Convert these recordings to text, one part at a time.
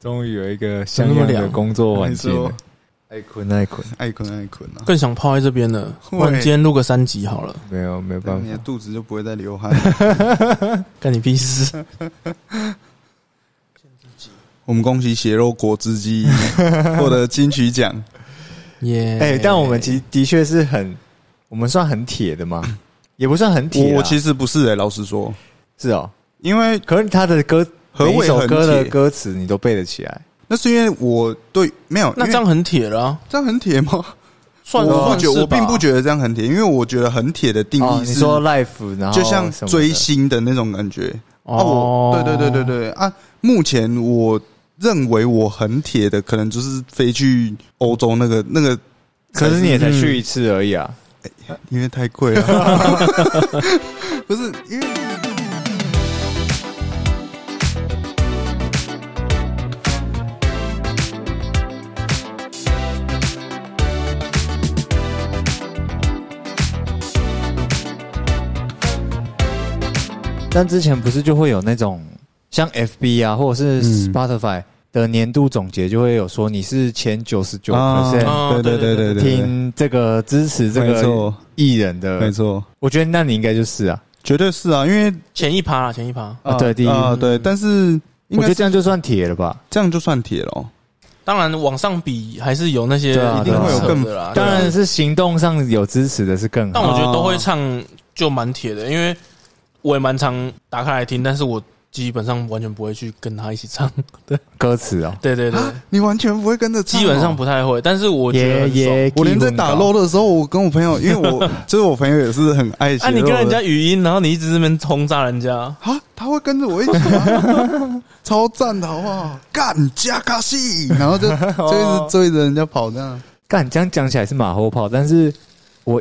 终于有一个像样的工作环境了。爱困啊！ 更想泡在这边了。不然今天录个3集好了。 没有办法， 你的肚子就不会再流汗了。 干你屁事！ 我们恭喜血肉果汁机获得金曲奖。 耶！ 但我们的确是我们算很铁的吗？也不算很铁。 我其实不是老实说。 是哦， 因为可是他的歌，每一首歌的歌词你都背得起来。 那是因为我对没有， 那这样很铁了啊？ 这样很铁吗？ 我并不觉得这样很铁，因为我觉得很铁的定义是你说 life， 然后就像追星的那种感觉。对啊！目前我认为我很铁的，可能就是飞去欧洲那个。 可是你也才去一次而已啊， 因为太贵了。不是因为。 但之前不是就会有那种像 FB 啊，或者是 Spotify 的年度总结，就会有说你是前 99%， 对， 听这个支持这个艺人的， 没错。 我觉得那你应该就是啊， 绝对是啊，因为前一趴啊，对，第一对，但是我觉得这样就算铁了吧， 这样就算铁了。 当然往上比还是有那些一定会有更的啦， 当然是行动上有支持的是更好， 但我觉得都会唱就蛮铁的，因为我也蛮常打开来听，但是我基本上完全不会去跟他一起唱对歌词哦。 对， 你完全不会跟着唱， 基本上不太会。但是我觉得我连在打 LOL 的时候，我跟我朋友，因为我就是我朋友也是很爱写。 你跟人家语音，然后你一直这边轰炸人家啊，他会跟着我一起吗？超赞的好不好？干加卡西，然后就一直追着人家跑这样。 干这样讲起来是马后炮，但是我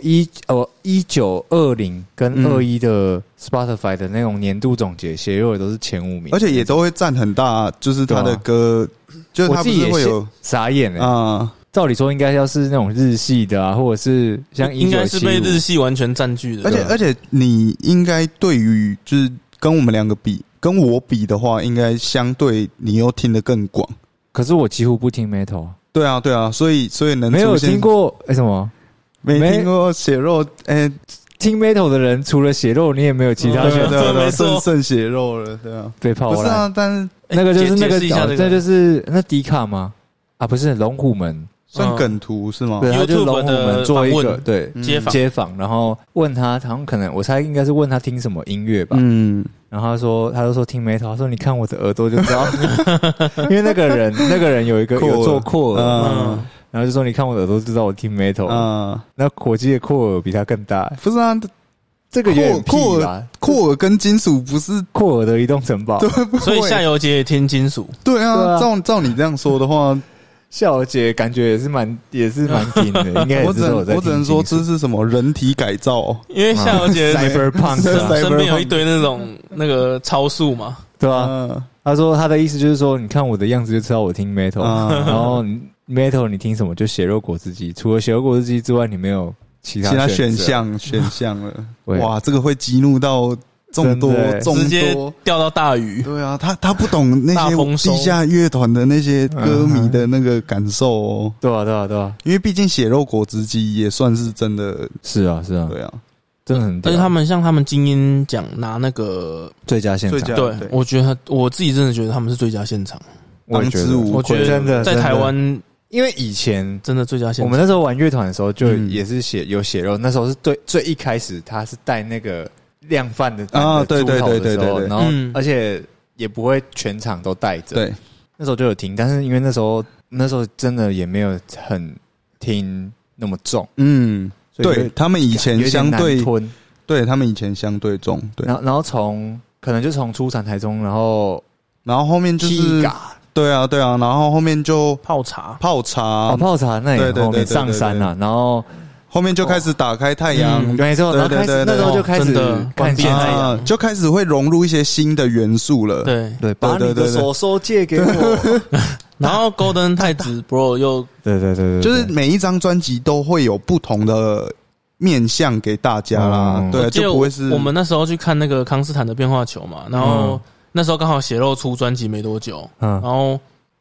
1920跟21的 Spotify 的那种年度总结，血肉也都是前5名， 而且也都会占很大，就是他的歌，就是他不是会有傻眼啊。照理说应该要是那种日系的啊，或者是像应该是被日系完全占据的。 而且你应该对于就是跟我们两个比，跟我比的话，应该相对你又听得更广。 可是我几乎不听 metal 啊。 对啊，所以能没有听过什么？ 没听过血肉， 听 metal 的人除了血肉，你也没有其他选择， 剩血肉了，对啊， 被炮不是啊，但是那个就是这就是那迪卡吗？啊，不是龙虎门， 算梗图是吗？ 对，他就龙虎门做一个对街访，然后问他，好像可能我猜应该是问他听什么音乐吧，然后他就说听 metal， 他说你看我的耳朵就知道，因为那个人有做扩耳。然后就说你看我耳朵知道我听 metal， 那火鸡的扩耳比他更大， 不是啊？ 这个有点屁吧？ 扩耳跟金属不是扩耳的移动城堡， 对， 所以夏油杰也听金属。 对啊，照你这样说的话， 夏油杰感觉也是蛮听的，应该也是我只能说这是什么人体改造， 因为夏油杰 cyberpunk 身边有一堆那个超速嘛， 对吧？他说他的意思就是说，你看我的样子就知道我听 metal， 然后metal 你听什么就血肉果汁机，除了血肉果汁机之外，你没有其他选项了。哇，这个会激怒到众多， 直接掉到大鱼。 对啊，他不懂那些地下乐团的那些歌迷的那个感受哦。 对啊， 因为毕竟血肉果汁机也算是真的。 是啊，对啊。真的很屌， 而且他们金鹰奖拿那个最佳现场， 对，我觉得我自己真的觉得他们是最佳现场。 我觉得真的在台湾， 因为以前真的最佳现场， 我们那时候玩乐团的时候就也是有血肉，那时候是最一开始他是带那个量贩的啊，对， 然后而且也不会全场都带着， 对， 那时候就有听，但是因为那时候真的也没有很听那么重， 对他们以前相对对他们以前相对重，对， 然后可能就从出产台中，然后后面就是对啊，然后后面就泡茶那也后面上山了，然后后面就开始打开太阳， 没错，然后那时候就开始看见太阳， 就开始会融入一些新的元素了， 对，把你的手收借给我。 然后 Golden 太子 Bro 又对， 就是每一张专辑都会有不同的面向给大家啦，对，就不会是我们那时候去看那个康斯坦的变化球嘛，然后那时候刚好血肉出专辑没多久，然后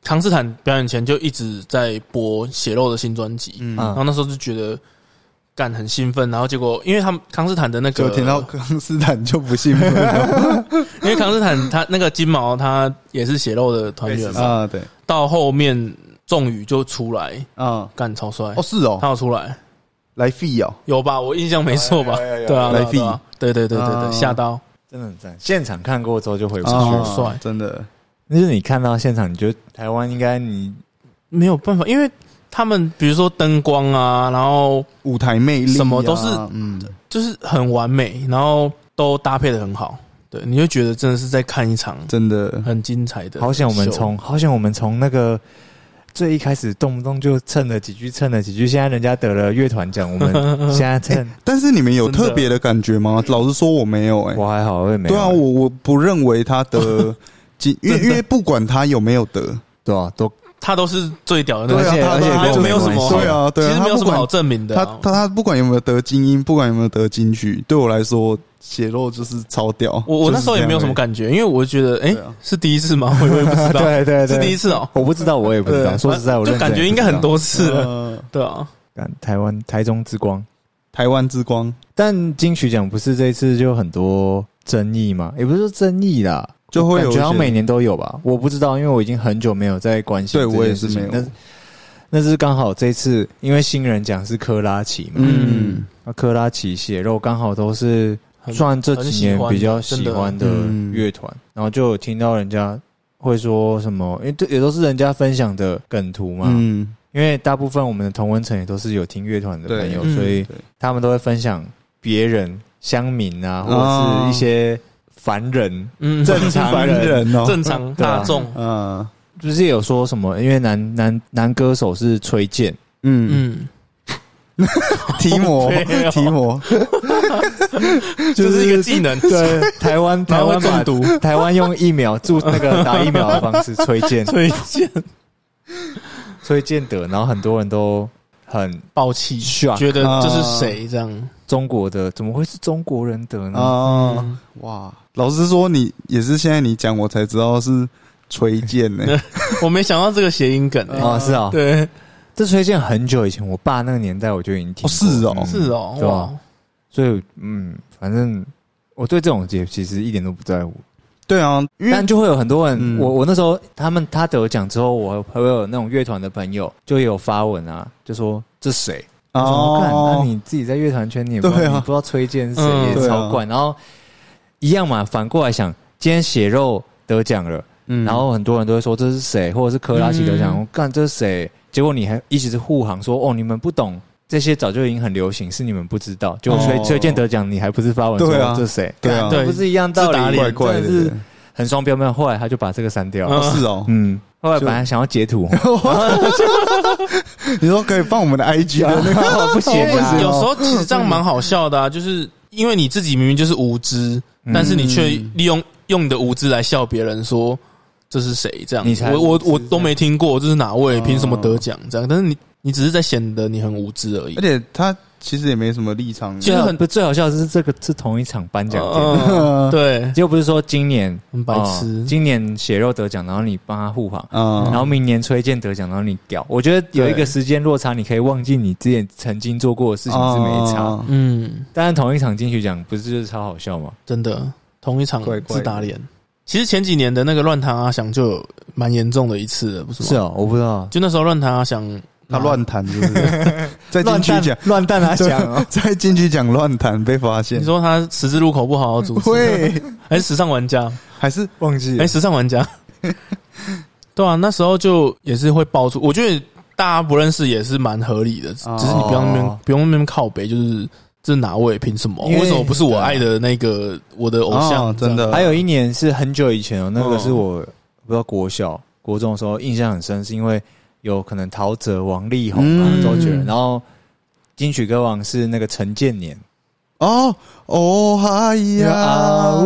康斯坦表演前就一直在播血肉的新专辑，然后那时候就觉得干很兴奋，然后结果因为他们康斯坦的那个， 就听到康斯坦就不兴奋了， 因为康斯坦他那个金毛他也是血肉的团员嘛， 对， 到后面仲宇就出来干超帅哦，是哦， 他有出来来 fee 哦， 有吧？我印象没错吧？对啊， 来 fee， 对，吓到， 真的很赞。现场看过之后就回不去了，帅， 真的。 就是你看到现场，你觉得台湾应该你没有办法，因为他们比如说灯光啊，然后舞台魅力什么都是，就是很完美，然后都搭配的很好。对，你就觉得真的是在看一场真的很精彩的。 好想我们从那个最一开始动不动就蹭了几句，现在人家得了乐团奖，我们现在蹭。 但是你们有特别的感觉吗？老实说我没有我还好，我也没有。 对啊，我不认为他得。因为不管他有没有得， 对啊， 他都是最屌的那个，而且他没有什么， 对啊， 其实没有什么好证明的。 他不管有没有得金音，不管有没有得金曲，对我来说血肉就是超屌。 我那时候也没有什么感觉，因因为我觉得是第一次吗？我也不知道， 对， 是第一次哦， 我不知道，我也不知道。说实在，我就感觉应该很多次了，对啊。 台中之光， 台湾之光， 但金曲奖不是这一次就很多争议嘛？也不是说争议啦。就会有，感觉好像每年都有吧？我不知道，因为我已经很久没有在关心。 对我也是没有。 那是刚好这一次，因为新人奖是珂拉琪嘛，珂拉琪血肉刚好都是算这几年比较喜欢的乐团，然后就有听到人家会说什么，因为也都是人家分享的梗图嘛，因为大部分我们的同温层也都是有听乐团的朋友，所以他们都会分享别人乡民啊，或者是一些。凡人，正常人哦， 正常大众， 就是有说什么？因为男歌手是崔健， 提摩， 就是一个技能。 对，台湾中毒，台湾用疫苗那个打疫苗的方式，崔健得，然后很多人都很爆气，觉得这是谁这样？ 中国的怎么会是中国人得呢？ 哇！老实说，你也是现在你讲我才知道是崔健呢。 我没想到这个谐音梗是啊， 对， 这崔健很久以前，我爸那个年代我就已经听过。 是哦， 对吧？所以反正我对这种节其实一点都不在乎。 对啊， 但就会有很多人，我那时候他得奖之后，我还会有那种乐团的朋友就有发文啊，就说这谁？那你自己在乐团圈你也不知道崔健是谁，也超怪。然后一样嘛，反过来想，今天血肉得奖了，然后很多人都会说这是谁，或者是珂拉琪得奖，我干这是谁？结果你还一直护航说你们不懂，这些早就已经很流行，是你们不知道。就崔健得奖，你还不是发文说这是谁？ 对啊， 不是一样道理？ 怪怪的， 是很双标。没有，后来他就把这个删掉了。 是哦， 后来本来想要截图， 你说可以放我们的 IG 的那个不行啊。 有时候其实这样蛮好笑的啊，就是因为你自己明明就是无知，但是你却利用你的无知来笑别人说这是谁这样。我都没听过这是哪位，凭什么得奖这样？但是你只是在显得你很无知而已。 而且他其实也没什么立场。 其实最好笑的是这个是同一场颁奖典礼， 对， 就不是说今年很白痴， 今年血肉得奖，然后你帮他护航，然后明年崔健得奖，然后你屌。我觉得有一个时间落差，你可以忘记你之前曾经做过的事情是没差。但是同一场金曲奖不是就是超好笑吗？ 真的，同一场自打脸。其实前几年的那个乱弹阿翔就有蛮严重的一次了，不是吗？ 是哦，我不知道。 就那时候乱弹阿翔。 他乱弹是不是？在金曲奖乱弹他讲在金曲奖乱弹被发现。 你说他十字路口不好好主持， 会还是时尚玩家？ 还是忘记了？ 时尚玩家。对啊，那时候就也是会爆出，我觉得大家不认识也是蛮合理的，只是你不用那边靠北，就是这哪位凭什么？为什么不是我爱的那个我的偶像？ 真的。 还有一年是很久以前那个是我不知道国中的时候印象很深，是因为。有可能陶喆、王力宏啊、周杰伦，然后金曲歌王是那个陈建年。 嗨呀！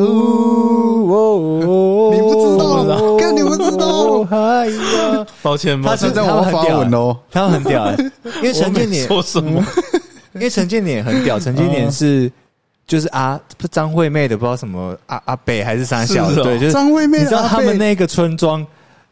你不知道，看你不知道。嗨呀！ 抱歉， 他是在我发文哦， 他很屌，因为陈建年说什么？ 因为陈建年很屌，陈建年是就是张惠妹的不知道什么阿北还是啥小的，对，就是张惠妹。 你知道他们那个村庄。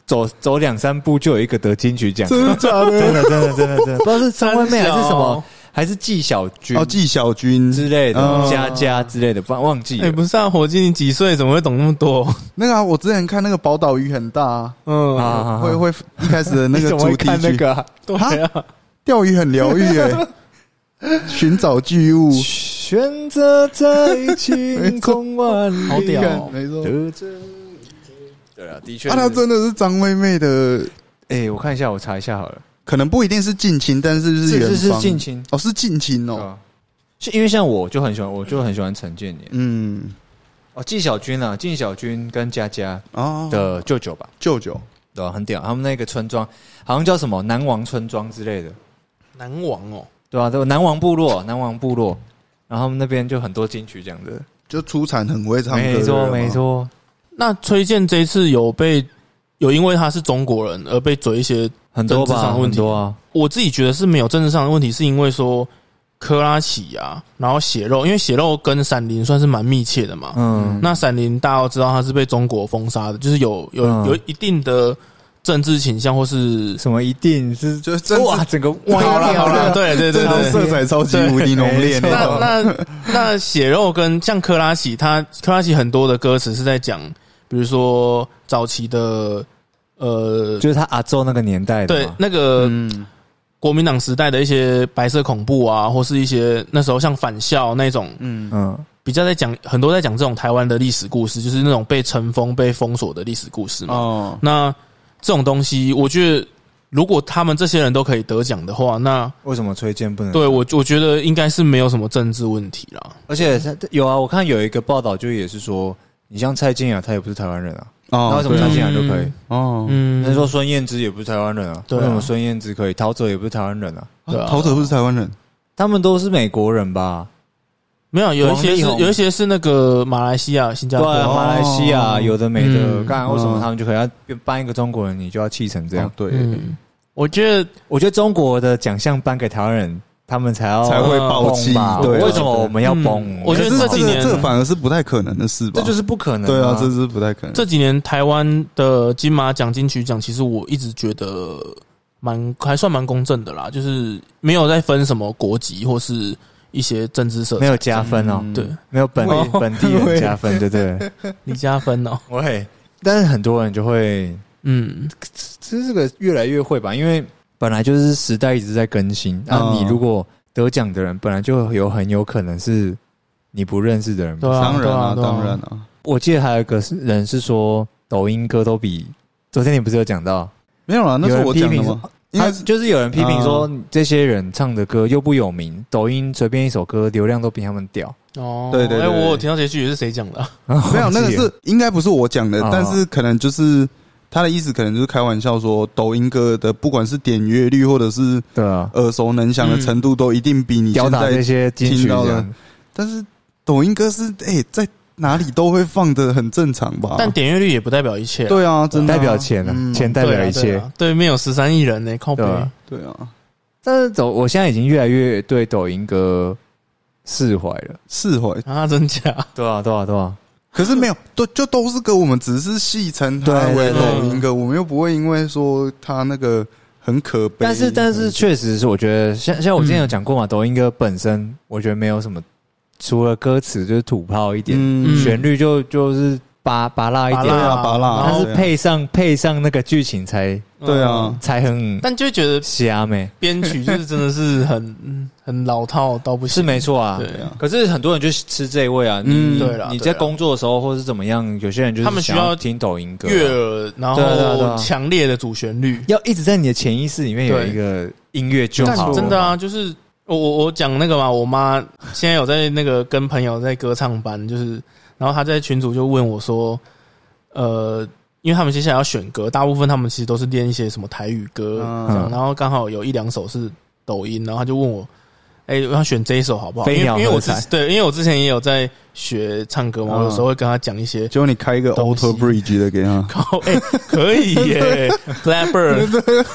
走2-3步就有一个得金曲奖， 真的假的？ 真的，不知道是张惠妹还是什么，还是纪晓君纪晓君之类的，佳之类的，忘记了。 不是啊，火鸡你几岁怎么会懂那么多？ 那个我之前看那个宝岛鱼很大，会一开始的那个主题曲， 那个对啊， 钓鱼很疗愈寻找巨物， 选择在晴空万里， 好屌， 没错。 对啊，的确， 他真的是张惠妹的。 我看一下，我查一下好了。 可能不一定是近亲，但是远方是近亲是近亲哦。 因为像我就很喜欢陈建年，纪晓君跟佳的舅舅吧， 舅舅对吧？很屌，他们那个村庄好像叫什么南王村庄之类的， 南王哦， 对吧？南王部落，然后他们那边就很多金曲奖的， 就出产很会唱歌， 没错。 那崔健这一次有因为他是中国人而被嘴一些很多政治上的问题啊。 我自己觉得是没有政治上的问题，是因为说珂拉琪啊，然后血肉，因为血肉跟闪灵算是蛮密切的嘛。那闪灵大家都知道他是被中国封杀的，就是有一定的政治倾向或是什么一定是就是哇整个歪掉了， 对， 色彩超级无敌浓烈。 那血肉跟像珂拉琪很多的歌词是在讲，比如说早期的就是他阿周那个年代的， 对那个国民党时代的一些白色恐怖啊，或是一些那时候像返校那种，比较很多在讲这种台湾的历史故事，就是那种被尘封、被封锁的历史故事嘛。那这种东西，我觉得如果他们这些人都可以得奖的话，那为什么崔健不能？ 对我觉得应该是没有什么政治问题啦。 而且有啊，我看有一个报道，就也是说，你像蔡健雅，他也不是台湾人啊。那为什么蔡健雅就可以？那说孙燕姿也不是台湾人啊，为什么孙燕姿可以？陶喆也不是台湾人啊， 陶喆不是台湾人， 他们都是美国人吧？ 没有，有一些是那个马来西亚、新加坡， 对，马来西亚有的没的，干为什么他们就可以要颁一个中国人，你就要气成这样？ 对， 我觉得中国的奖项颁给台湾人，他们才会爆气吧？ 对，为什么我们要崩？ 我觉得这几年这反而是不太可能的事吧？ 这就是不可能。 对啊，这是不太可能。 这几年台湾的金马奖、金曲奖，其实我一直觉得还算蛮公正的啦，就是没有在分什么国籍或是一些政治色彩， 没有加分哦。 对， 没有本地人加分，对不对？ 你加分哦。 喂，但是很多人就会，这个越来越会吧，因为本来就是时代一直在更新啊。你如果得奖的人本来就很有可能是你不认识的人， 当然啊。 我记得还有一个人是说，抖音歌都比昨天你不是有讲到？ 没有啦，那是我讲的吗？ 就是有人批评说，这些人唱的歌又不有名，抖音随便一首歌流量都比他们屌。 哦， 对， 我有听到这句是谁讲的？ 没有，那个是应该不是我讲的，但是可能就是他的意思，可能就是开玩笑说，抖音歌的不管是点阅率或者是耳熟能详的程度，都一定比你现在这些听到的。 但是抖音歌是在哪里都会放的很正常吧？ 但点阅率也不代表一切。 对啊，真的代表钱啊，钱代表一切。 对，面有13亿人呢，靠北。 对啊， 但是我现在已经越来越对抖音歌释怀啊，真假？ 对啊。 可是没有，都是歌，我们只是戏称它为抖音歌，我们又不会因为说它那个很可悲。 但是确实是，我觉得像我之前有讲过嘛，抖音歌本身我觉得没有什么。除了歌词就是土炮一点，旋律就是拔辣一点， 拔辣， 但是配上那个剧情才才很， 但就觉得瞎没编曲就是真的是很老套到不行， 是没错啊。对啊，可是很多人就吃这一味啊。 对啦， 你在工作的时候或是怎么样，有些人就是他们需要听抖音歌， 悦耳，然后强烈的主旋律， 要一直在你的潜意识里面有一个音乐就好。 真的啊，就是。我讲那个嘛，我妈现在有在那个跟朋友在歌唱班，就是然后她在群组就问我说，因为他们接下来要选歌，大部分他们其实都是练一些什么台语歌，然后刚好有1-2首是抖音，然后她就问我，我要选这一首好不好？因为我之前也有在学唱歌嘛，我有时候会跟她讲一些， 结果你开一个 Auto Bridge 的给她， 可以耶，Blackbird，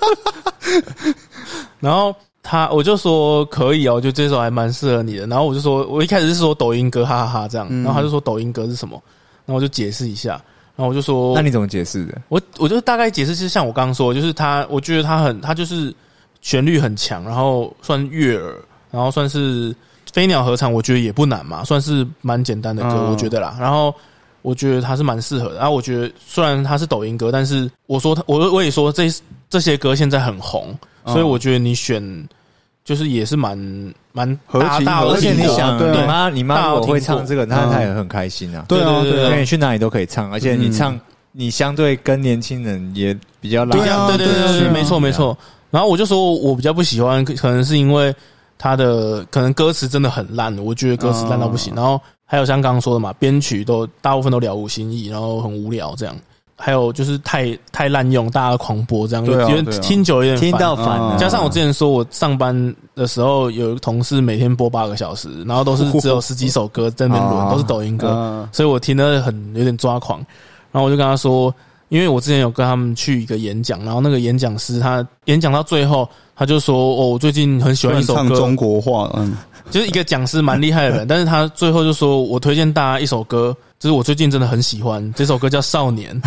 然后。我就说可以哦，就这首还蛮适合你的。然后我就说，我一开始是说抖音歌，哈哈哈这样。然后他就说抖音歌是什么？然后我就解释一下。然然后我就说， 那你怎么解释的？ 我就大概解释是像我刚刚说，就是我觉得他就是旋律很强，然后算悦耳，然后算是飞鸟合唱，我觉得也不难嘛，算是蛮简单的歌，我觉得啦。然后我觉得他是蛮适合的。然后我觉得虽然他是抖音歌，但是我也说这些歌现在很红，所以我觉得你选就是也是蛮大， 而且你想，你妈如果会唱这个，她也很开心啊。 对啊， 因为你去哪里都可以唱，而且你唱，你相对跟年轻人也比较拉。 对，没错。然后我就说我比较不喜欢，可能是因为他的可能歌词真的很烂，我觉得歌词烂到不行。然后还有像刚刚说的嘛，编曲大部分都了无新意，然后很无聊这样。还有就是太滥用，大家狂播这样，觉得听久有点听到烦了。 加上我之前说我上班的时候有同事每天播8个小时，然后都是只有10几首歌在那边轮，都是抖音歌，所以我听得有点抓狂。然后我就跟他说，因为我之前有跟他们去一个演讲，然后那个演讲师他演讲到最后，他就说我最近很喜欢一首歌， 唱中国话， 就是一个讲师蛮厉害的人，但是他最后就说我推荐大家一首歌。就是我最近真的很喜欢这首歌，叫《少年》。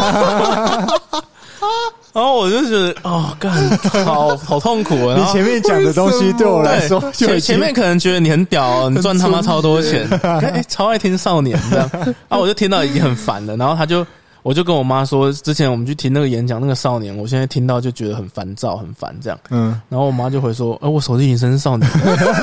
然后我就觉得，干，好痛苦啊！ 你前面讲的东西对我来说， 前面可能觉得你很屌，你赚他妈超多钱，超爱听《少年》这样。然后我就听到已经很烦了，然后我就跟我妈说，之前我们去听那个演讲，那个《少年》，我现在听到就觉得很烦躁，很烦这样。然后我妈就回说，我手机铃声是少年。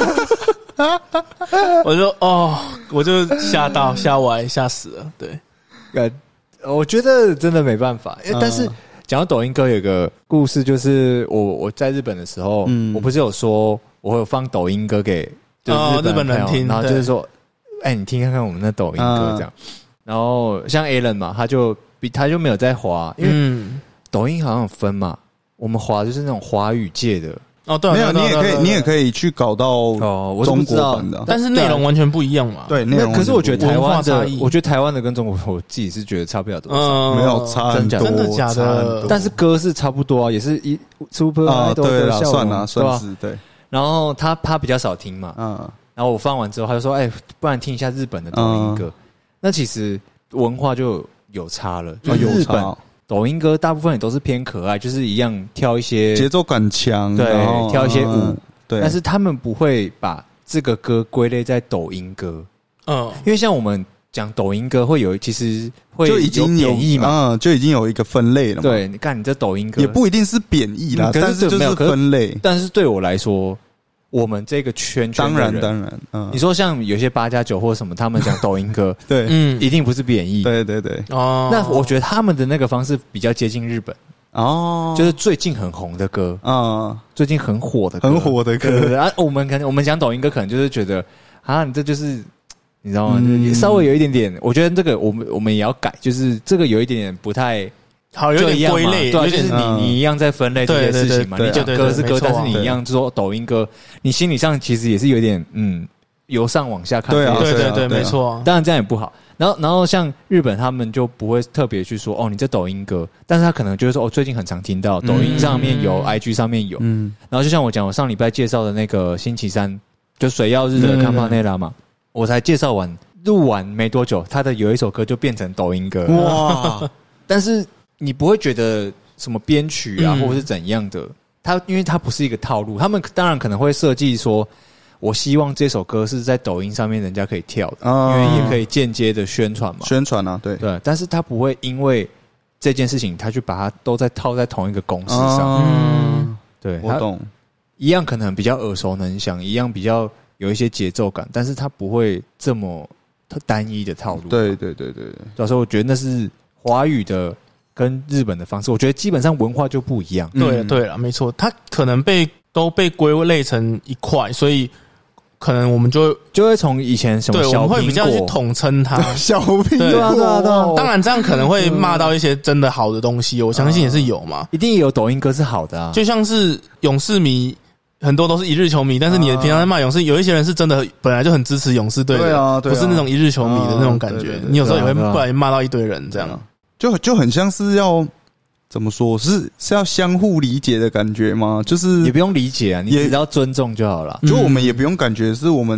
我就吓歪吓死了。对， 我觉得真的没办法。但是讲到抖音歌，有个故事，就是我在日本的时候，我不是有说我有放抖音歌给日本人听， 然后就是说，你听看看我们的抖音歌这样。然后像 Alan 嘛，他就没有在滑，因为抖音好像有分嘛，我们滑就是那种华语界的。 对， 没有，你也可以去搞到中国版的， 但是内容完全不一样嘛。 对，内容。 可是我觉得台湾的跟中国，我自己是觉得差不了多少， 没有差很多， 真的假的？ 但是歌是差不多啊，也是Super Idol 的效果， 算是对。 然后他比较少听嘛，然后我放完之后，他就说，不然听一下日本的抖音歌。那其实文化就有差了，就日本。抖音歌大部分也都是偏可爱，就是一样跳一些节奏感强， 对，跳一些舞， 对。 但是他们不会把这个歌归类在抖音歌，因为像我们讲抖音歌其实会就已经有贬义嘛， 就已经有一个分类了嘛。 对，你看你这抖音歌也不一定是贬义啦，但是就是分类。 但是对我来说，我们这个圈当然， 你说像有些8+9或什么，他们讲抖音歌， 对， 一定不是贬义， 对， 那我觉得他们的那个方式比较接近日本，就是最近很红的歌，最近很火的歌，对啊，我们讲抖音歌，可能就是觉得你这就是你知道吗？也稍微有一点点，我觉得这个我们也要改，就是这个有一点点不太。 好，有点归类， 对，就是你一样在分类这件事情嘛。你讲歌是歌，但是你一样说抖音歌，你心理上其实也是有点由上往下看。 对，没错。 当然这样也不好。然后像日本他们就不会特别去说你这抖音歌，但是他可能就是说最近很常听到抖音上面有，IG 上面有。然后就像我讲，我上礼拜介绍的那个星期三就水曜日的康帕内拉嘛，我才介绍完录完没多久，他的有一首歌就变成抖音歌。哇！但是。你不会觉得什么编曲啊，或者是怎样的？因为它不是一个套路，他们当然可能会设计说，我希望这首歌是在抖音上面人家可以跳的，因为也可以间接的宣传嘛。 宣传啊，对。 但是他不会因为这件事情，他去把它都套在同一个公式上。对， 我懂。 一样可能比较耳熟能详，一样比较有一些节奏感，但是他不会这么单一的套路。 对。 所以我觉得那是华语的。跟日本的方式，我觉得基本上文化就不一样。 对了，没错，它可能都被归类成一块，所以可能我们就会从以前什么小苹果， 我们会比较去统称它小苹果。 对啊。 当然这样可能会骂到一些真的好的东西，我相信也是有嘛， 一定有抖音歌是好的啊。 就像是勇士迷，很多都是一日球迷，但是你平常在骂勇士，有一些人是真的本来就很支持勇士队的，不是那种一日球迷的那种感觉。你有时候也会不然骂到一堆人这样。 就很像是要怎么说，是要相互理解的感觉吗？就是也不用理解啊，你只要尊重就好了。 就我们也不用感觉是我们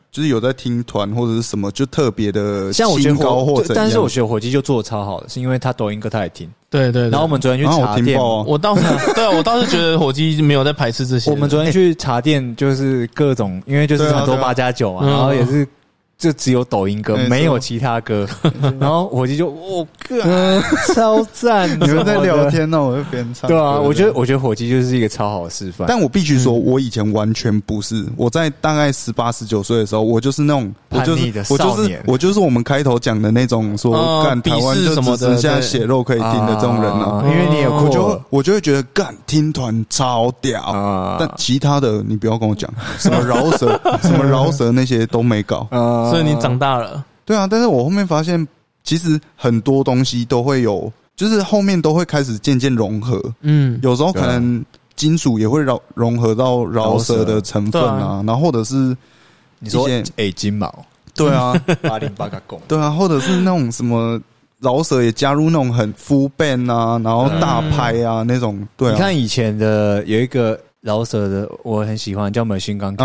就是有在听团或者是什么，就特别的像我觉得但是我觉得火鸡就做的超好的，是因为他抖音歌他也听。 对。 然后我们昨天去茶店， 我倒是对啊，我倒是觉得火鸡没有在排斥这些。 我们昨天去茶店就是各种，因为就是很多8+9嘛，然后也是。就只有抖音歌，没有其他歌。然后火鸡就超赞！ 你们在聊天呢，我就边唱。 对啊，我觉得火鸡就是一个超好的示范。 但我必须说，我以前完全不是。我在大概18、19岁的时候，我就是那种叛逆的少年， 我就是我们开头讲的那种说干台湾就只剩下血肉可以听的这种人啊。 因为你有我就会觉得干听团超屌，但其他的你不要跟我讲什么饶舌那些都没搞。 所以你长大了， 对啊，但是我后面发现，其实很多东西都会有，就是后面都会开始渐渐融合。有时候可能金属也会融合到饶舌的成分啊，然后或者是你说金毛， 对啊 ，808个拱， 对啊，或者是那种什么饶舌也加入那种很 full band 啊，然后大拍啊那种，对啊。 你看以前的有一个。饶舌的我很喜欢，叫Machine Gun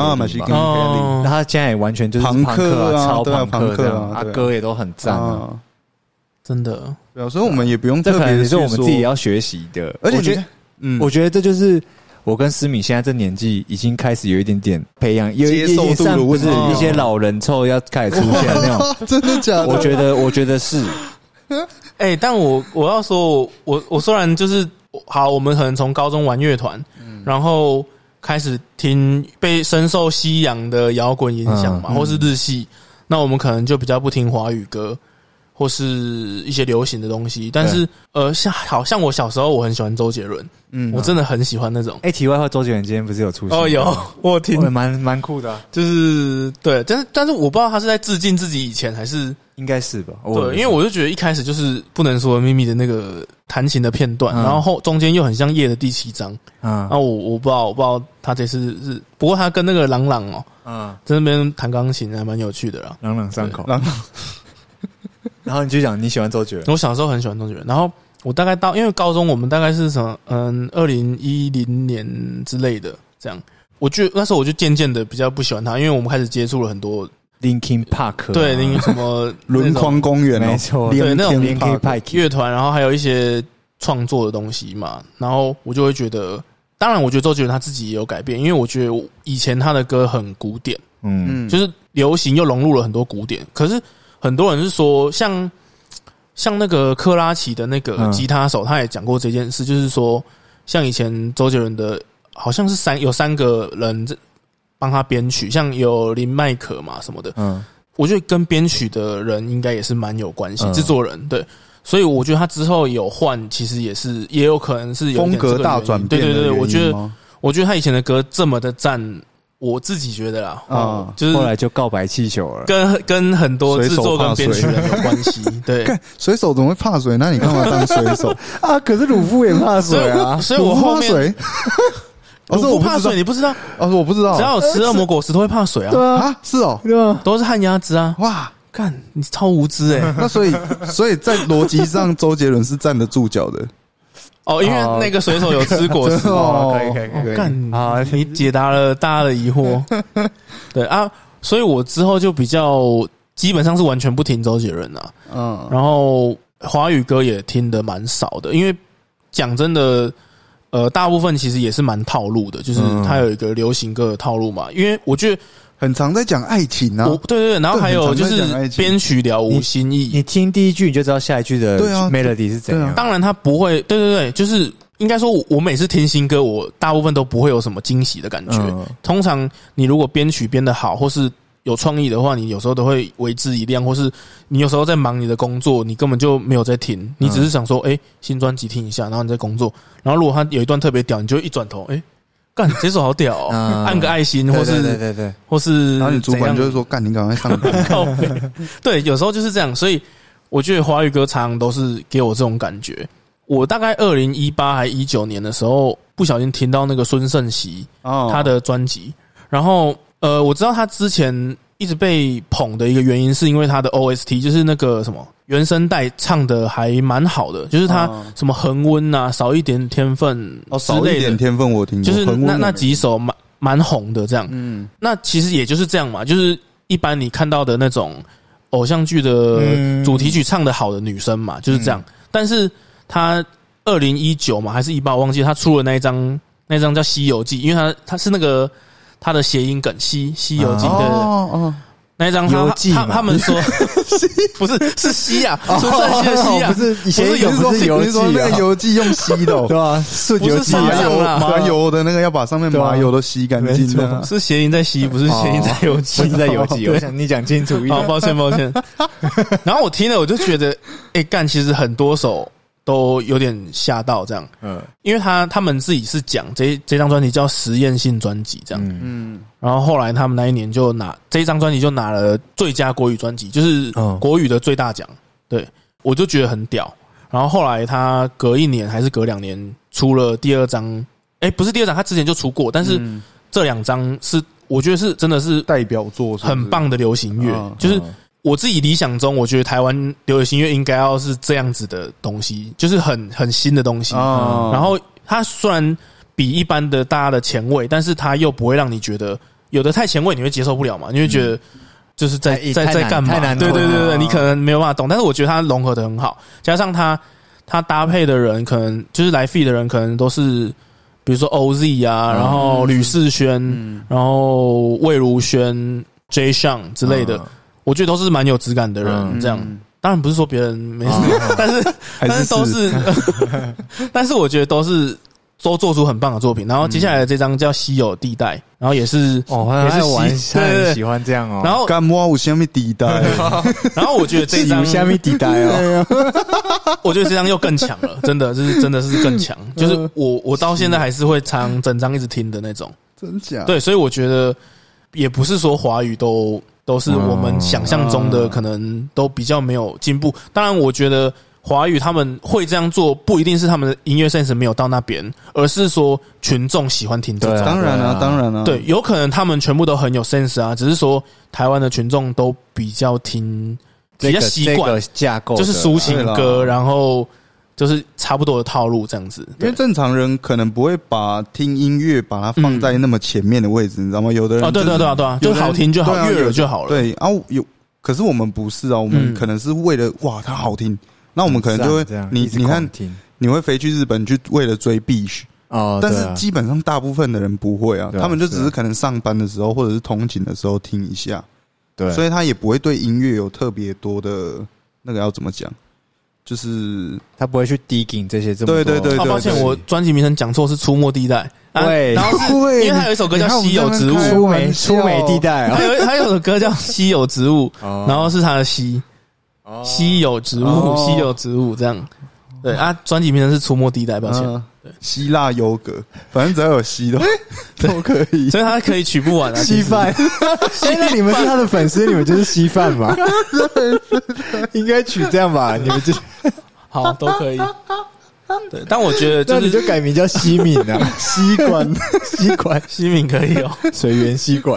Kelly， 他现在也完全就是朋克啊， 超朋克这样， 他歌也都很赞啊， 真的。 对啊，所以我们也不用特别，这可能是我们自己要学习的。而且我觉得这就是我跟思敏现在这年纪已经开始有一点点培养， 接受度的问题， 一些老人臭要开始出现那种， 真的假的？ 我觉得是。 但我要说，我虽然就是好，我们可能从高中玩乐团。然后开始听被深受西洋的摇滚影响嘛，或是日系，那我们可能就比较不听华语歌，或是一些流行的东西。但是像我小时候我很喜欢周杰伦，我真的很喜欢那种。 题外话，周杰伦今天不是有出现？ 有，我听， 蛮酷的， 就是对，但是我不知道他是在致敬自己以前还是。 应该是吧， 对，因为我就觉得一开始就是不能说秘密的那个弹琴的片段，然后中间又很像夜的第7章，然后我不知道他这次是，不过他跟那个朗朗在那边弹钢琴还蛮有趣的啦， 朗朗上口，然后你就讲你喜欢周杰伦， 我小时候很喜欢周杰伦，然后我大概因为高中我们大概是什么2010年之类的这样，我觉得那时候我就渐渐的比较不喜欢他，因为我们开始接触了很多。 Linkin Park 对，什么轮框公园没错， 对那种 Linkin Park 乐团，然后还有一些创作的东西嘛，然后我就会觉得，当然我觉得周杰伦他自己也有改变，因为我觉得以前他的歌很古典，就是流行又融入了很多古典，可是很多人是说，像那个克拉奇的那个吉他手，他也讲过这件事，就是说，像以前周杰伦的，好像是有3个人帮他编曲，像有林麦可嘛什么的，我觉得跟编曲的人应该也是蛮有关系，制作人对，所以我觉得他之后有换，其实也有可能是有风格大转变。 对，我觉得他以前的歌这么的赞，我自己觉得啦，就是后来就告白气球了， 跟很多制作跟编曲人有关系。对， 水手怎么会怕水？那你干嘛当水手啊？可是鲁夫也怕水啊， 所以我后面水。 鲁夫怕水，你不知道？ 我不知道。 只要有吃恶魔果实都会怕水啊！ 对啊， 是哦， 对啊， 都是旱鸭子啊！ 哇， 看你超无知那所以在逻辑上，周杰伦是站得住脚的。 因为那个水手有吃果实可以。 干啊！你解答了大家的疑惑。对啊，所以我之后就比较基本上是完全不听周杰伦啊。然后华语歌也听得蛮少的，因为讲真的。大部分其实也是蛮套路的，就是它有一个流行歌的套路嘛。因为我觉得很常在讲爱情啊， 对，然后还有就是编曲了无新意。 你听第一句你就知道下一句的 melody 是怎样。 当然它不会，对，就是应该说，我每次听新歌，我大部分都不会有什么惊喜的感觉。通常你如果编曲编得好，或是有创意的话，你有时候都会为之一亮，或是你有时候在忙你的工作，你根本就没有在听，你只是想说，新专辑听一下，然后你在工作，然后如果他有一段特别屌，你就一转头，干这首好屌按个爱心，或是对， 或是， 然后你主管就会说，干你赶快上班。 对，有时候就是这样，所以我觉得华语歌常常都是给我这种感觉。我大概2018还19年的时候，不小心听到那个孙盛熙他的专辑，然后。我知道他之前一直被捧的一个原因，是因为他的 OST 就是那个什么原声带唱的还蛮好的，就是他什么恒温啊，少一点天分之类的， 少一点天分我听过， 就是那几首蛮红的这样。那其实也就是这样嘛，就是一般你看到的那种偶像剧的主题曲唱得好的女生嘛，就是这样。但是她2019嘛还是18我忘记，她出了那一张叫《西游记》，因为她是那个她的谐音梗西游记的。那一张他们说不是西啊，孙盛熙的西啊， 不是以前不是游记啊， 那个游记用吸的， 对吧？是游记麻油的那个要把上面麻油都吸干净的， 是谐音在吸，不是谐音在游记， 不是在游记。我想你讲清楚一点。 好，抱歉。然后我听了，我就觉得，干，其实很多首都有点吓到这样，因为他们自己是讲这张专辑叫实验性专辑这样，然后后来他们那一年就这张专辑就拿了最佳国语专辑，就是国语的最大奖，对，我就觉得很屌。然后后来他隔1年还是隔2年出了第2张，不是第2张，他之前就出过，但是这2张是我觉得是真的是代表作， 很棒的流行乐，就是我自己理想中，我觉得台湾流行乐应该要是这样子的东西，就是很新的东西。然后它虽然比一般的大家的前卫，但是它又不会让你觉得有的太前卫，你会接受不了嘛？你会觉得就是在干嘛？对，你可能没有办法懂。但是我觉得它融合的很好，加上它搭配的人可能就是来 feat 的人，可能都是比如说 OZ 啊，然后吕士轩，然后魏如萱、J. Sean 之类的。我觉得都是蛮有质感的人，这样当然不是说别人没什么，但是都是，但是我觉得都做出很棒的作品。然后接下来的这张叫《稀有地带》，然后也是他很喜欢这样哦。 然后干摸有虾米地带， 然后我觉得这张虾米地带哦， 我觉得这张又更强了，真的是更强。就是我到现在还是会唱整张一直听的那种， 真假？ 对，所以我觉得也不是说华语都是我们想象中的，可能都比较没有进步。当然，我觉得华语他们会这样做，不一定是他们的音乐 sense 没有到那边，而是说群众喜欢听这种。 当然了， 对，有可能他们全部都很有 sense 啊，只是说台湾的群众都比较听，比较习惯架构， 就是抒情歌，然后就是差不多的套路这样子。 因为正常人可能不会把听音乐把它放在那么前面的位置，你知道吗？有的人对啊，就好听就好，悦耳就好了。 对啊，可是我们不是啊，我们可能是为了它好听，那我们可能就会你看你会飞去日本去为了追 Bish 但是基本上大部分的人不会啊，他们就只是可能上班的时候或者是通勤的时候听一下，对，所以他也不会对音乐有特别多的那个要怎么讲。就是他不会去 digging 这些这么多。 对。 抱歉，我专辑名称讲错，是出没地带。 对， 然后是因为他有一首歌叫《稀有植物》， 出没地带。 还有首歌叫《稀有植物》，然后是他的稀有植物这样。对啊，专辑名称是出没地带。抱歉， 希腊优格，反正只要有稀的都可以， 所以他可以取不完啊。 稀饭，那你们是他的粉丝，你们就是稀饭嘛？应该取这样吧？你们就好都可以。对，但我觉得那你就改名叫西敏啊，吸管西敏可以哦， 水源吸管。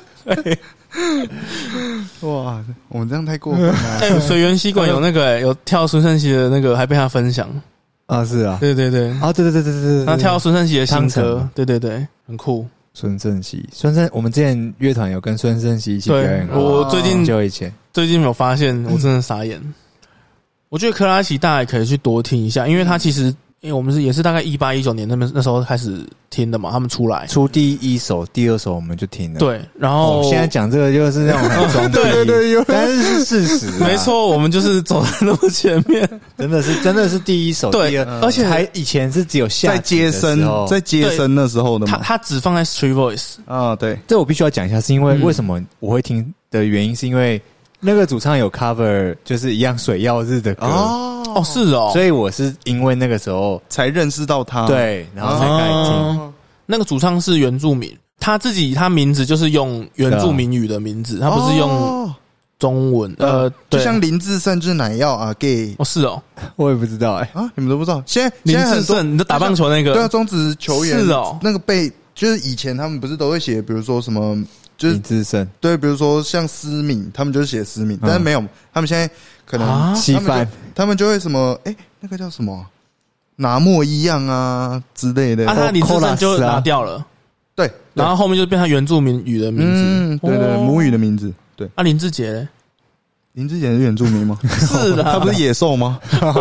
哇，我们这样太过分了。 水源吸管有那个有跳孙盛熙的那个，还被他分享啊，是啊， 对啊，对， 他跳孙盛熙的新歌，对，很酷。 孙盛熙，我们之前乐团有跟孙盛熙一起表演过。 我最近有发现，我真的傻眼。我觉得克拉奇大家也可以去多听一下，因为他其实因为我们也是大概18、19年那时候开始听的嘛，他们出第一首、第二首我们就听了。 对，然后现在讲这个就是那种很装逼，对，但是事实没错，我们就是走在那么前面， 真的是第一首， 对， 而且还以前是只有在接生的时候的嘛， 他只放在 Street Voice 啊，对， 这我必须要讲一下，是因为为什么我会听的原因，是因为那个主唱有 cover 就是一样水曜日的歌哦，是哦， 所以我是因为那个时候才认识到他， 对，然后才开始听。 那个主唱是原住民，他名字就是用原住民语的名字，他不是用中文， 就像林志胜就是奶药啊 gay， 是哦， 我也不知道你们都不知道，现在林志胜，你的打棒球那个， 对啊，中职球员是哦， 那个就是以前他们不是都会写，比如说什么。就是林志胜， 对，比如说像思敏，他们就是写思敏，但是没有，他们现在可能稀饭， 他们就会什么，那个叫什么拿莫一样啊之类的， 他林志胜就拿掉了， 对， 然后后面就变成原住民语的名字， 对，母语的名字， 对。 林志杰嘞？ 林志杰是原住民吗？ 是的， 他不是野兽吗？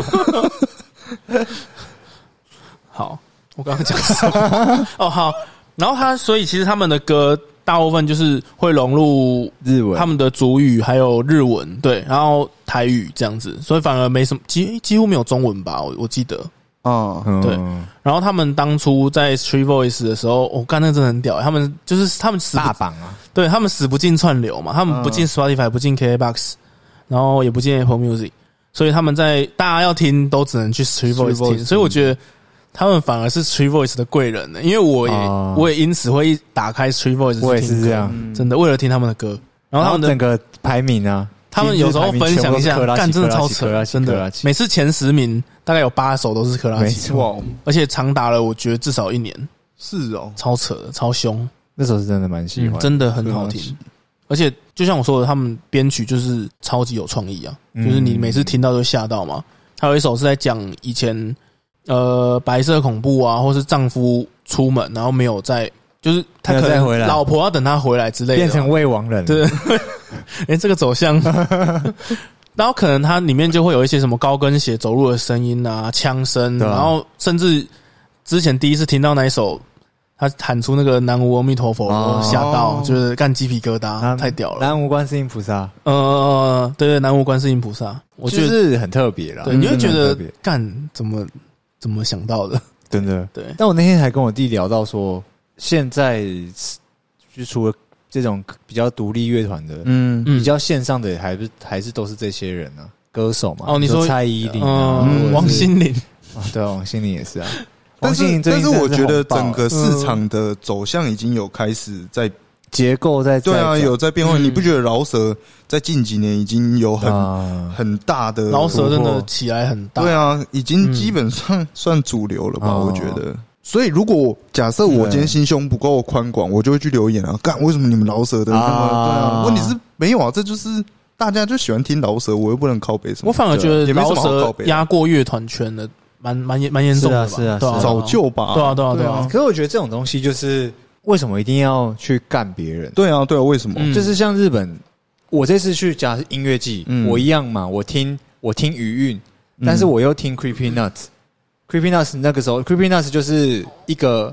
好，我刚刚讲什么？哦，好。然后所以其实他们的歌大部分就是会融入日文， 他们的族语还有日文，对，然后台语这样子，所以反而没什么几乎没有中文吧，我记得。对。然后他们当初在 Street Voice 的时候，我干那个真的很屌，他们死大榜啊， 对，他们死不进串流嘛，他们不进 Spotify， 不进 KKBOX， 然后也不进 Apple Music， 所以他们在大家要听都只能去 Street Voice 听，所以我觉得他们反而是 Street Voice 的贵人呢，因为我也因此会打开 Street Voice 去听歌， 我也是这样， 真的为了听他们的歌，然后他们的整个排名啊， 他们有时候分享一下，干真的超扯，真的，每次前10名大概有8首都是克拉奇，哇，而且长达了我觉得至少1年， 是哦， 超扯的，超凶， 那首是真的蛮喜欢， 真的很好听，而且就像我说的，他们编曲就是超级有创意啊，就是你每次听到都吓到嘛。还有一首是在讲以前白色恐怖啊，或是丈夫出门然后没有在，就是他可能老婆要等他回来之类的， 变成未亡人， 对，这个走向，然后可能它里面就会有一些什么高跟鞋走路的声音啊，枪声，然后甚至之前第一次听到那一首。他喊出那个南无阿弥陀佛，吓到，就是干鸡皮疙瘩，太屌了！ 南无观世音菩萨， 对，南无观世音菩萨，我觉得是很特别啦。 对，你会觉得干怎么想到的？ 真的对。 但我那天还跟我弟聊到说，现在就除了这种比较独立乐团的，比较线上的还是都是这些人啊，歌手嘛。 你说蔡依林啊， 王心凌啊，对，王心凌也是啊。 但是我觉得整个市场的走向已经有开始在结构在对啊有在变化，你不觉得饶舌在近几年已经有很大的饶舌真的起来很大？ 对啊，已经基本上算主流了吧？我觉得。所以如果假设我今天心胸不够宽广，我就会去留言啊，干为什么你们饶舌的那么对啊？问题是没有啊，这就是大家就喜欢听饶舌，我又不能靠北什么。 我反而觉得饶舌压过乐团圈的。蛮严重的吧， 是啊， 早就吧， 对啊。 可是我觉得这种东西就是为什么一定要去干别人？ 对啊，为什么？ 就是像日本，我这次去假音乐季，我一样嘛，我听余韵，但是我又听 Creepy Nuts。Creepy Nuts 那个时候 ，Creepy Nuts 就是一个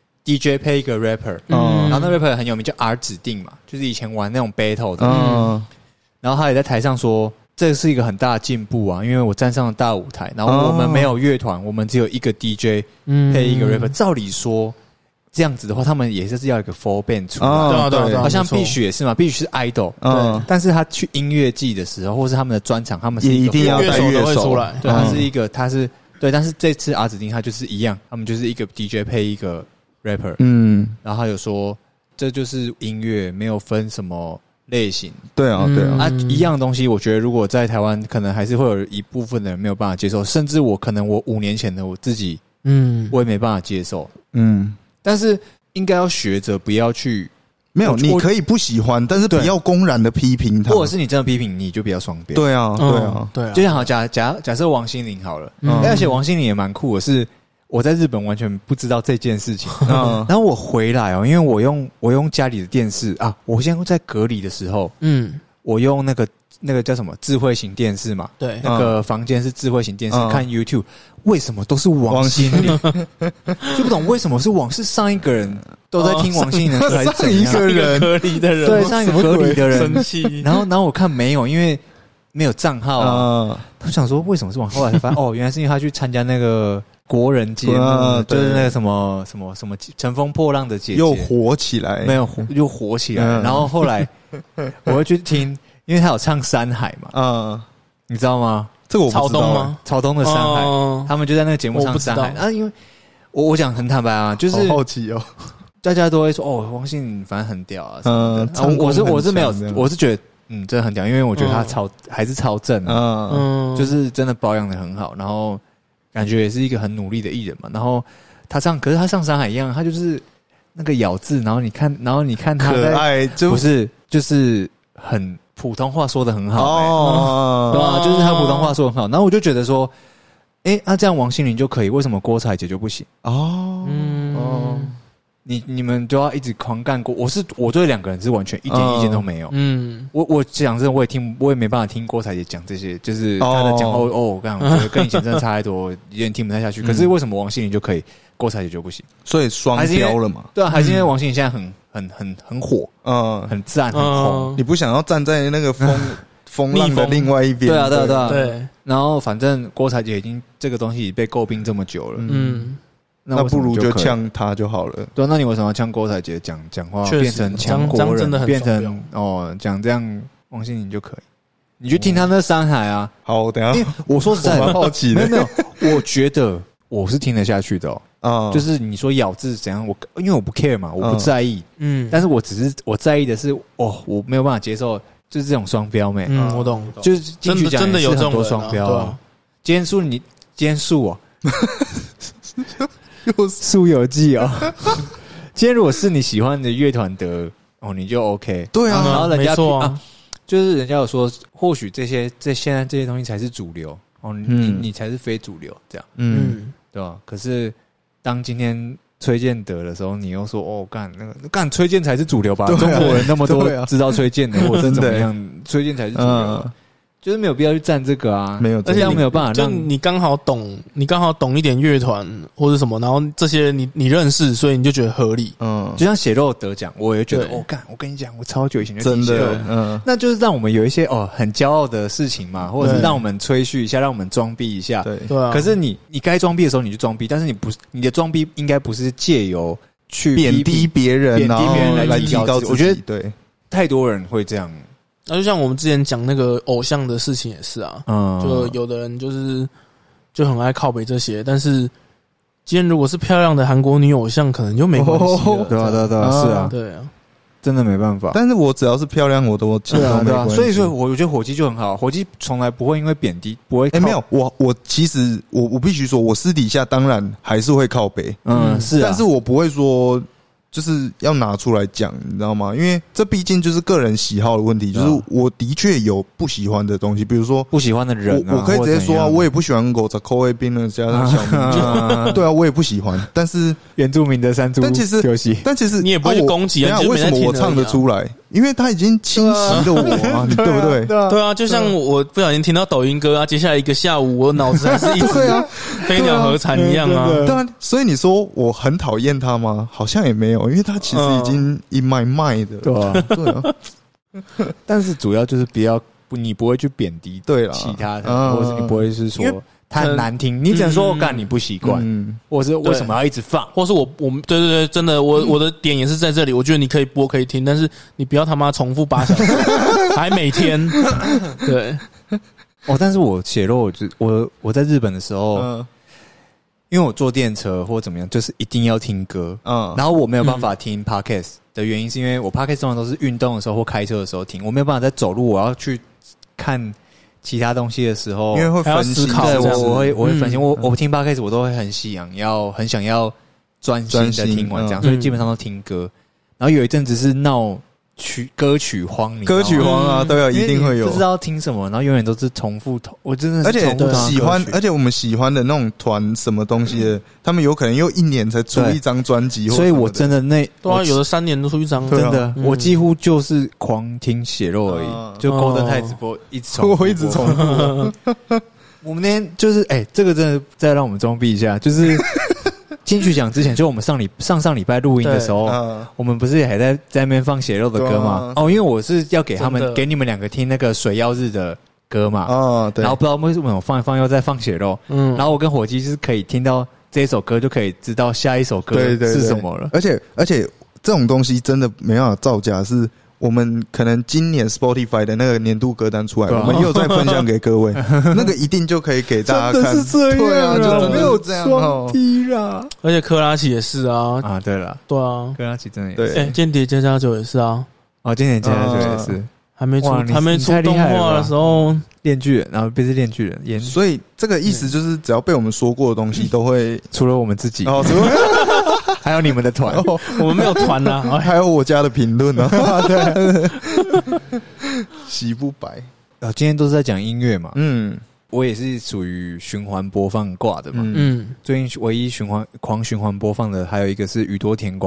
DJ 配一个 rapper， 然后那 rapper 很有名，叫 R 指定嘛，就是以前玩那种 battle 的，然后他也在台上说。这是一个很大的进步啊！因为我站上了大舞台，然后我们没有乐团，我们只有一个 DJ 配一个 rapper。照理说，这样子的话，他们也是要一个 full band 出来， 对， 好像必须也是嘛，必须是 idol。但是他去音乐季的时候，或是他们的专场，他们是一定要带乐手出来。 对，他是对，但是这次阿指定他就是一样，他们就是一个 DJ 配一个 rapper。然后他有说，这就是音乐，没有分什么。类型对啊， 一样的东西，我觉得如果在台湾，可能还是会有一部分的人没有办法接受，甚至我5年前的我自己，我也没办法接受，但是应该要学着不要去， 没有，你可以不喜欢，但是不要公然的批评他， 或者是你真的批评，你就比较双边， 对啊， 就像好假设王心凌好了，而且王心凌也蛮酷的是。我在日本完全不知道这件事情，然后我回来因为我用家里的电视啊，我现在在隔离的时候，我用那个叫什么智慧型电视嘛， 对， 那个房间是智慧型电视，看 YouTube， 为什么都是王心凌？就不懂为什么是上一个人都在听王心凌的歌，还是上一个人隔离的人， 对，上一个隔离的人生气， 然后我看没有，因为没有账号啊，我想说为什么是王？后来才发现原来是因为他去参加那个。国人节目就是那个什么乘风破浪的姐姐又火起来， 没有又火起来，然后后来我会去听，因为他有唱山海嘛，你知道吗？ 这个我不知道。 草东吗？ 草东的山海，他们就在那个节目上山海啊，因为我讲很坦白啊，就是好好奇哦， 大家都会说王心凌反正很屌啊什么的，我是没有，我是觉得真的很屌，因为我觉得他还是超正啊，就是真的保养的很好，然后。感觉也是一个很努力的艺人嘛，然后可是他上山海一样，他就是那个咬字，然后你看他可爱， 不是就是很普通话说的很好，对吧？就是他普通话说得很好，然后我就觉得说，这样王心凌就可以，为什么郭采洁就不行？ 你们就要一直狂干过。我对两个人是完全一点意见都没有。我讲真的，我也没办法听郭采洁讲这些，就是她的讲话我觉得跟以前真的差太多，有点听不太下去。可是为什么王心凌就可以，郭采洁就不行？ 所以双标了嘛？ 对啊，还是因为王心凌现在很火，很赞，很红。 你不想要站在那个风浪的另外一边？ 对啊。对。然后反正郭采洁已经这个东西已被诟病这么久了， 那不如就呛他就好了。 对，那你为什么要呛郭采洁讲话变成强国人，变成讲这样王心凌就可以？你去听他那山海啊。 好，我等一下。 因为我说实在蛮好奇的， 没有，我觉得我是听得下去的就是你说咬字怎样，因为我不 care 嘛，我不在意。但是我在意的是，我没有办法接受，就是这种双标妹。 我懂， 就是金曲奖真的有很多双标啊。今天树哦。树有记哦，今天如果是你喜欢的乐团的你就 OK。 对啊， 然后人家就是人家有说，或许现在这些东西才是主流你才是非主流这样，对吧？可是当今天崔健得的时候，你又说干崔健才是主流吧？中国人那么多知道崔健的，或者怎么样，崔健才是主流。就是没有必要去站这个啊， 没有， 而且没有办法让你刚好懂一点乐团或者什么，然后这些你认识，所以你就觉得合理。 就像血肉得奖，我也觉得我跟你讲，我超久以前就真的， 那就是让我们有一些很骄傲的事情嘛，或者是让我们吹嘘一下，让我们装逼一下。 对啊。 可是你该装逼的时候你就装逼，但是你的装逼应该不是借由去贬低别人， 来提高自己。我觉得对， 太多人会这样。 那就像我们之前讲那个偶像的事情也是啊，就有的人就很爱靠北这些，但是今天如果是漂亮的韩国女偶像，可能就没关系了。 对啊，是啊， 对啊， 真的没办法。 但是我只要是漂亮，我都对啊，所以说我觉得火鸡就很好，火鸡从来不会因为贬低，不会。 没有，我其实我必须说，我私底下当然还是会靠北， 是啊， 但是我不会说。就是要拿出来讲，你知道吗？因为这毕竟就是个人喜好的问题。就是我的确有不喜欢的东西，比如说不喜欢的人我可以直接说啊，我也不喜欢狗杂口味冰的加上小米，对啊，我也不喜欢。但是原住民的山猪，但其实你也不会去攻击啊。 为什么我唱得出来？因为他已经侵袭了我啊，对不对？ 对啊，就像我不小心听到抖音歌啊，接下来一个下午我脑子还是一直飞鸟和蝉一样啊。 对啊，所以你说我很讨厌他吗？好像也没有，因为他其实已经 in my mind 的， 对啊，对啊。但是主要就是你不会去贬低其他的，或者你不会是说他很难听，你只能说干你不习惯，或者是为什么要一直放， 或是我对，真的我的点也是在这里，我觉得你可以播可以听，但是你不要他妈重复8小时，还每天对。 但是我血肉，我在日本的时候，因为我坐电车或怎么样，就是一定要听歌，然后我没有办法听 podcast 的原因是因为我 podcast 通常都是运动的时候或开车的时候听，我没有办法在走路我要去看其他东西的时候， 因为会分析， 对，我会分析。我听 podcast 我都会很想要专心的听完这样，所以基本上都听歌。然后有一阵子是闹歌曲荒， 歌曲荒啊，对啊，一定会有， 不知道听什么，然后永远都是重复。我真的是重复喜欢，而且我们喜欢的那种团什么东西的，他们有可能又1年才出一张专辑， 所以我真的对啊，有的3年都出一张， 真的，我几乎就是狂听血肉而已，就Golden太直播一直重复， 我一直重复。 我们那天就是这个真的再让我们装逼一下，就是金曲奖之前，就我们上礼拜录音的时候，我们不是还在那边放血肉的歌吗？因为我是要给你们2个听那个水曜日的歌嘛， 对， 然后不知道为什么我放一放又在放血肉，然后我跟火鸡是可以听到这一首歌就可以知道下一首歌是什么了， 而且这种东西真的没办法造假，是我们可能今年 Spotify 的那个年度歌单出来，我们又再分享给各位，那个一定就可以给大家看。 真的是这样， 对啊，就没有这样双踢啦。 而且克拉奇也是啊， 对了， 对啊， 克拉奇真的也是。 间谍加加酒也是啊， 间谍加加酒也是。 还没出动画的时候， 炼巨人，然后不是炼巨人， 所以这个意思就是，只要被我们说过的东西，都会除了我们自己，还有你们的团， 我们没有团啊， 还有我家的评论啊，对，洗不白。 今天都是在讲音乐嘛，我也是属于循环播放挂的嘛，最近唯一狂循环播放的，还有一个是宇多田光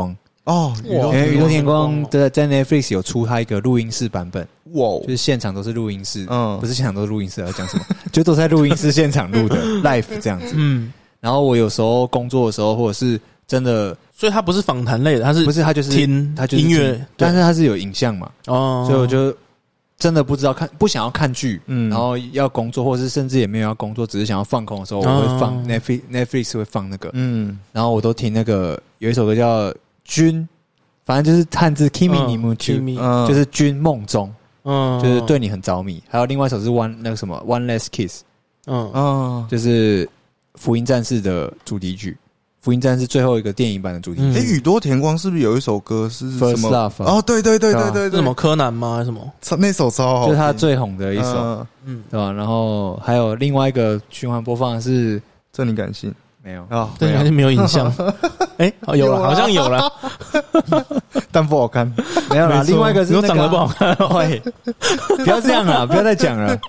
哦， 因为宇宙天光在 Netflix 有出它一个录音室版本， 哇， 就是现场都是录音室，不是现场都是录音室，要讲什么？就都在录音室现场录的 live 这样子。然后我有时候工作的时候，或者是真的， 所以它不是访谈类的，它是不是它就是听它就是音乐， 但是它是有影像嘛，所以我就真的不知道不想要看剧，然后要工作，或者是甚至也没有要工作，只是想要放空的时候，我会放 Netflix 会放那个，然后我都听那个有一首歌叫君，反正就是汉字 Kimi ni Mutu，就是君梦中，就是对你很着迷。还有另外一首是 One Less Kiss，就是福音战士的主题曲，福音战士最后一个电影版的主题曲。 宇多田光是不是有一首歌是什么 First Love？ 哦，对，是什么柯南吗？还是什么？ 那首超好， 就是他最红的一首，对吧？然后还有另外一个循环播放的是《 这你感性》。 没有啊，对，还是没有印象。有了，好像有了， 但不好看。 没有啦，另外一个是长得不好看。 不要这样啦，不要再讲了。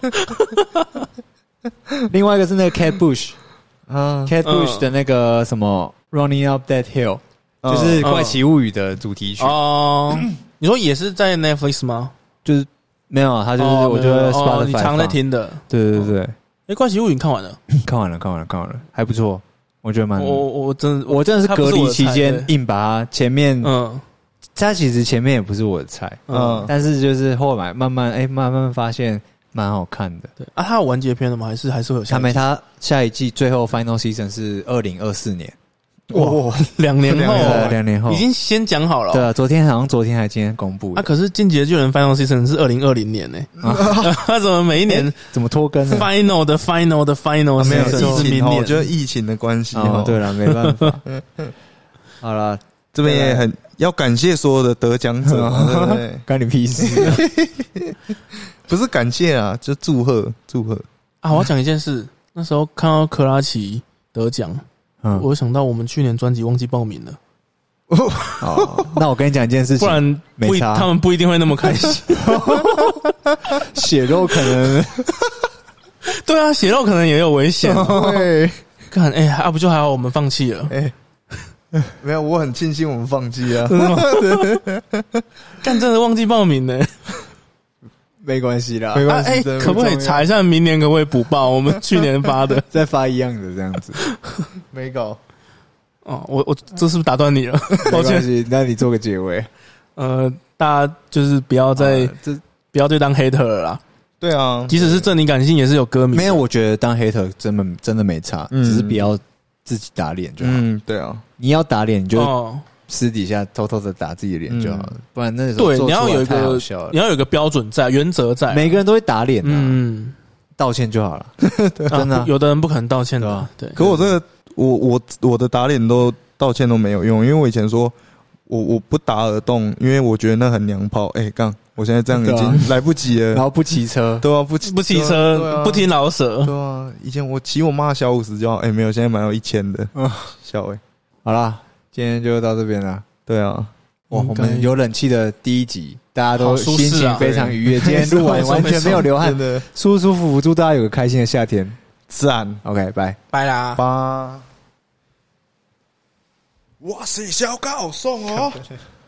另外一个是那个 Kate Bush，Kate Bush 的那个什么 Running Up That Hill， 就是《怪奇物语》的主题曲。 哦，你说也是在 Netflix 吗？ 就是没有，他就是我觉得 Spotify 你常在听的。 对。 怪奇物语你看完了？ 看完了，还不错。我觉得蛮我真的是隔离期间硬把它前面它其实前面也不是我的菜但是就是后来慢慢发现蛮好看的。 对啊，它有完结篇了吗？还是会有下一季？ 它下一季最后 Final Season 是2024年。 哇，2年后已经先讲好了。 对啊，昨天还今天公布。 可是《进击的巨人》Final Season 是2020年呢。他怎么每一年怎么拖更呢 ？Final 的 Final 没有是明年， 我觉得疫情的关系。 对了，没办法。好了， 这边也很要感谢所有的得奖者，对不对？ 干你屁事！ 不是感谢啊，就祝贺啊！我要讲一件事，那时候看到克拉奇得奖。我想到我们去年专辑忘记报名了。 那我跟你讲一件事情， 不然他们不一定会那么开心。 血肉可能， 对啊，血肉可能也有危险。 对， 看不就还好我们放弃了。 没有，我很庆幸我们放弃啊。 干真的忘记报名呢。 没关系啦， 可不可以查一下明年可不可以补报？我们去年发的， 再发一样的这样子， 没搞。 我这是不是打断你了？ 抱歉，那你做个结尾。 大家就是不要对当 hater 了啦。 对啊， 即使是正你感性，也是有歌迷。 没有，我觉得当 hater 真的没差，只是不要自己打脸就好。 对啊， 你要打脸你就私底下偷偷的打自己的脸就好了，不然那时候对你要有一个标准在，原则在， 每个人都会打脸道歉就好了。真的， 有的人不可能道歉的。对， 可我这个我的打脸都道歉都没有用，因为我以前说我不打耳洞，因为我觉得那很娘炮。我现在这样已经来不及了。 然后不骑车， 对啊，不骑车，不听老舍， 对啊。以前我骑我妈小50就好，没有，现在买到1000的，小好啦。今天就到这边了。 对啊， 我们有冷气的第一集，大家都心情非常愉悦。今天录完完全没有流汗，舒舒服服，祝大家有个开心的夏天。 赞 ，OK， 拜啦， 拜。哇塞，小高送哦。